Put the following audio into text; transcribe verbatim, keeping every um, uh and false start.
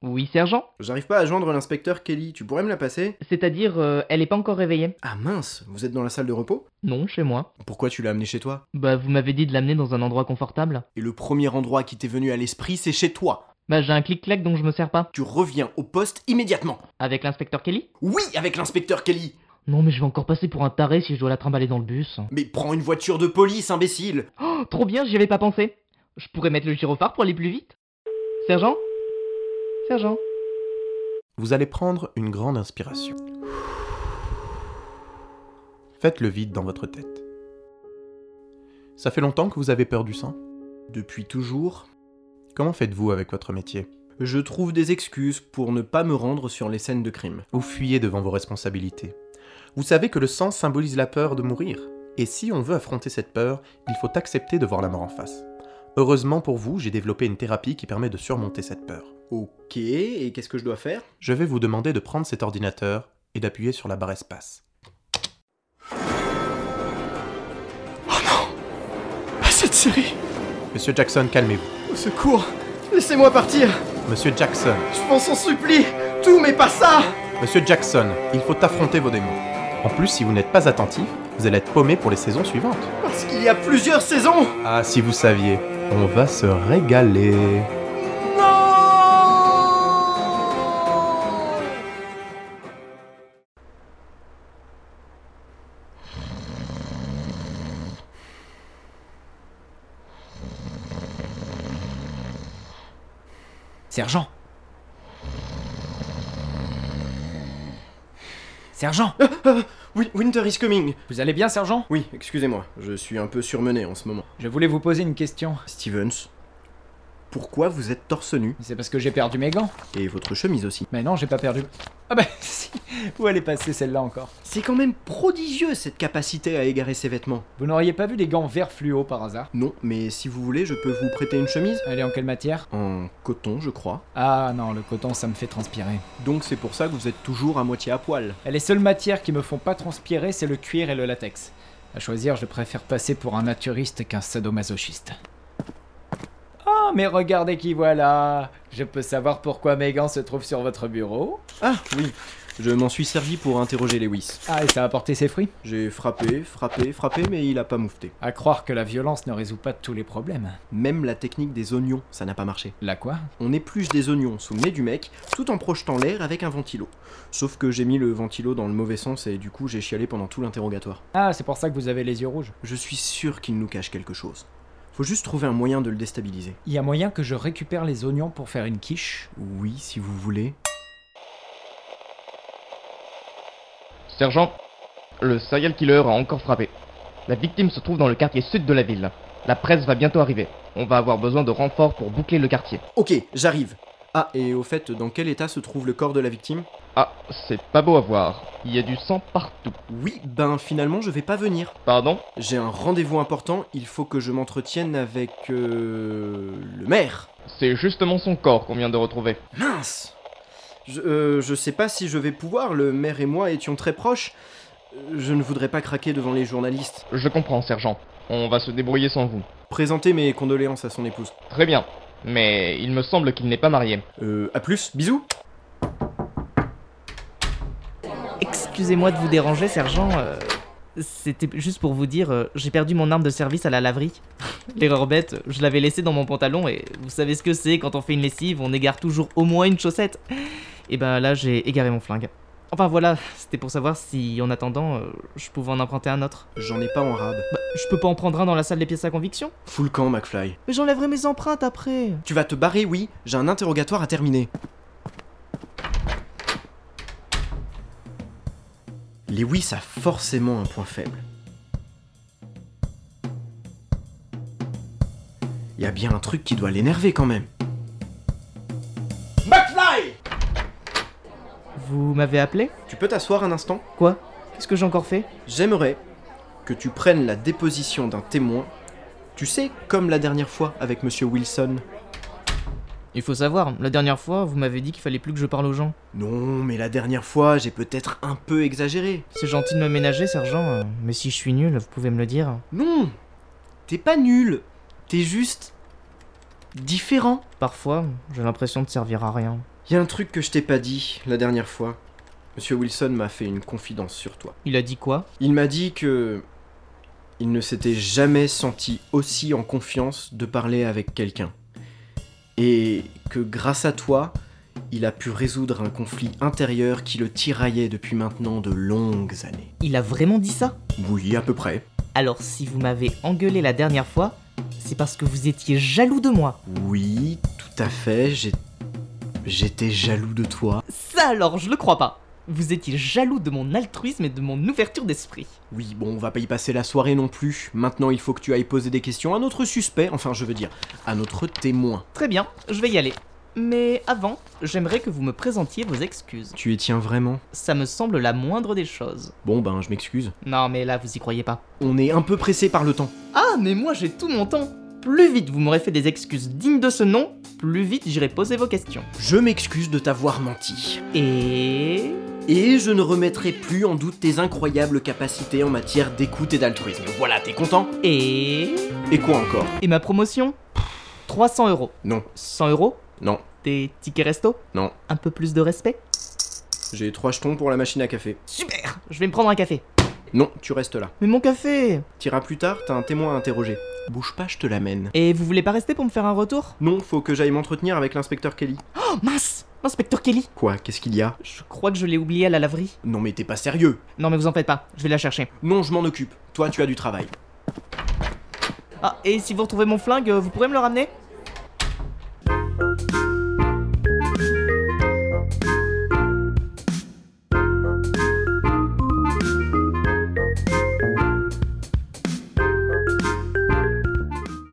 Oui, sergent? J'arrive pas à joindre l'inspecteur Kelly, tu pourrais me la passer? C'est-à-dire, euh, elle est pas encore réveillée. Ah mince, vous êtes dans la salle de repos? Non, chez moi. Pourquoi tu l'as amenée chez toi? Bah, vous m'avez dit de l'amener dans un endroit confortable. Et le premier endroit qui t'est venu à l'esprit, c'est chez toi. Bah, j'ai un clic-clac dont je me sers pas. Tu reviens au poste immédiatement. Avec l'inspecteur Kelly? Oui, avec l'inspecteur Kelly. Non, mais je vais encore passer pour un taré si je dois la trimballer dans le bus. Mais prends une voiture de police, imbécile. Oh, trop bien, j'y avais pas pensé. Je pourrais mettre le gyrophare pour aller plus vite. Sergent? Sergent? Vous allez prendre une grande inspiration. Faites le vide dans votre tête. Ça fait longtemps que vous avez peur du sang? Depuis toujours, Comment faites-vous avec votre métier? je trouve des excuses pour ne pas me rendre sur les scènes de crime. Vous fuyez devant vos responsabilités. Vous savez que le sang symbolise la peur de mourir. Et si on veut affronter cette peur, il faut accepter de voir la mort en face. Heureusement pour vous, j'ai développé une thérapie qui permet de surmonter cette peur. Ok, et qu'est-ce que je dois faire? Je vais vous demander de prendre cet ordinateur et d'appuyer sur la barre espace. Oh non! Pas cette série! Monsieur Jackson, calmez-vous. Au secours! Laissez-moi partir! Monsieur Jackson, Je m'en s'en supplie! Tout, mais pas ça! Monsieur Jackson, il faut affronter vos démons. En plus, si vous n'êtes pas attentif, vous allez être paumé pour les saisons suivantes. Parce qu'il y a plusieurs saisons! Ah, si vous saviez, on va se régaler. Non! Sergent! Sergent! Oui, Winter is coming! Vous allez bien, sergent? Oui, excusez-moi, je suis un peu surmené en ce moment. Je voulais vous poser une question. Stevens, pourquoi vous êtes torse nu? C'est parce que j'ai perdu mes gants. Et votre chemise aussi. Mais non, j'ai pas perdu. Ah bah si! Où elle est passée celle-là encore? C'est quand même prodigieux cette capacité à égarer ses vêtements. Vous n'auriez pas vu des gants vert fluo par hasard? Non, mais si vous voulez, je peux vous prêter une chemise? Elle est en quelle matière? En coton, je crois. Ah non, le coton ça me fait transpirer. Donc c'est pour ça que vous êtes toujours à moitié à poil. Les seules matières qui me font pas transpirer, c'est le cuir et le latex. À choisir, je préfère passer pour un naturiste qu'un sadomasochiste. Oh, mais regardez qui voilà! Je peux savoir pourquoi mes gants se trouvent sur votre bureau? Ah, oui. Je m'en suis servi pour interroger Lewis. Ah, et ça a porté ses fruits? J'ai frappé, frappé, frappé, mais il a pas moufté. À croire que la violence ne résout pas tous les problèmes. Même la technique des oignons, ça n'a pas marché. La quoi? On épluche des oignons sous le nez du mec, tout en projetant l'air avec un ventilo. Sauf que j'ai mis le ventilo dans le mauvais sens et du coup j'ai chialé pendant tout l'interrogatoire. Ah, c'est pour ça que vous avez les yeux rouges. Je suis sûr qu'il nous cache quelque chose. Faut juste trouver un moyen de le déstabiliser. Il y a moyen que je récupère les oignons pour faire une quiche? Oui, si vous voulez. Sergent, le serial killer a encore frappé. La victime se trouve dans le quartier sud de la ville. La presse va bientôt arriver. On va avoir besoin de renforts pour boucler le quartier. Ok, j'arrive. Ah, et au fait, dans quel état se trouve le corps de la victime? Ah, c'est pas beau à voir. Il y a du sang partout. Oui, ben finalement je vais pas venir. Pardon? J'ai un rendez-vous important, il faut que je m'entretienne avec... Euh, le maire. C'est justement son corps qu'on vient de retrouver. Mince! Je, euh, je sais pas si je vais pouvoir, le maire et moi étions très proches. Je ne voudrais pas craquer devant les journalistes. Je comprends, sergent. On va se débrouiller sans vous. Présentez mes condoléances à son épouse. Très bien. Mais il me semble qu'il n'est pas marié. Euh, à plus, bisous! Excusez-moi de vous déranger, sergent. euh, C'était juste pour vous dire, euh, j'ai perdu mon arme de service à la laverie. L'erreur bête, je l'avais laissée dans mon pantalon et vous savez ce que c'est, quand on fait une lessive, on égare toujours au moins une chaussette. Et ben là, j'ai égaré mon flingue. Enfin voilà, c'était pour savoir si, en attendant, euh, je pouvais en emprunter un autre. J'en ai pas en rab. Bah, je peux pas en prendre un dans la salle des pièces à conviction? Fous le camp, McFly. Mais j'enlèverai mes empreintes après. Tu vas te barrer, oui, j'ai un interrogatoire à terminer. Lewis a forcément un point faible. Y a bien un truc qui doit l'énerver quand même. McFly! Vous m'avez appelé? Tu peux t'asseoir un instant? Quoi? Qu'est-ce que j'ai encore fait? J'aimerais que tu prennes la déposition d'un témoin. Tu sais, comme la dernière fois avec Monsieur Wilson. Il faut savoir, la dernière fois, vous m'avez dit qu'il fallait plus que je parle aux gens. Non, mais la dernière fois, j'ai peut-être un peu exagéré. C'est gentil de me ménager, sergent, euh, mais si je suis nul, vous pouvez me le dire. Non, t'es pas nul. T'es juste... différent. Parfois, j'ai l'impression de servir à rien. Y a un truc que je t'ai pas dit la dernière fois. Monsieur Wilson m'a fait une confidence sur toi. Il a dit quoi? Il m'a dit que... il ne s'était jamais senti aussi en confiance de parler avec quelqu'un. Et que grâce à toi, il a pu résoudre un conflit intérieur qui le tiraillait depuis maintenant de longues années. Il a vraiment dit ça? Oui, à peu près. Alors si vous m'avez engueulé la dernière fois, c'est parce que vous étiez jaloux de moi. Oui, tout à fait, j'ai... j'étais jaloux de toi. Ça alors, je le crois pas. Vous étiez jaloux de mon altruisme et de mon ouverture d'esprit. Oui, bon, on va pas y passer la soirée non plus. Maintenant, il faut que tu ailles poser des questions à notre suspect, enfin, je veux dire, à notre témoin. Très bien, je vais y aller. Mais avant, j'aimerais que vous me présentiez vos excuses. Tu y tiens vraiment? Ça me semble la moindre des choses. Bon, ben, je m'excuse. Non mais là, vous y croyez pas. On est un peu pressé par le temps. Ah, mais moi j'ai tout mon temps. Plus vite vous m'aurez fait des excuses dignes de ce nom, plus vite j'irai poser vos questions. Je m'excuse de t'avoir menti. Et... Et je ne remettrai plus en doute tes incroyables capacités en matière d'écoute et d'altruisme. Voilà, t'es content? Et... Et quoi encore? Et ma promotion? trois cents euros. Non. cent euros? Non. Des tickets resto? Non. Un peu plus de respect? J'ai trois jetons pour la machine à café. Super! Je vais me prendre un café. Non, tu restes là. Mais mon café! T'iras plus tard, t'as un témoin à interroger. Bouge pas, je te l'amène. Et vous voulez pas rester pour me faire un retour? Non, faut que j'aille m'entretenir avec l'inspecteur Kelly. Oh mince! Inspecteur Kelly! Quoi? Qu'est-ce qu'il y a? Je crois que je l'ai oublié à la laverie. Non mais t'es pas sérieux. Non mais vous en faites pas, je vais la chercher. Non, je m'en occupe. Toi, tu as du travail. Ah, et si vous retrouvez mon flingue, vous pourrez me le ramener?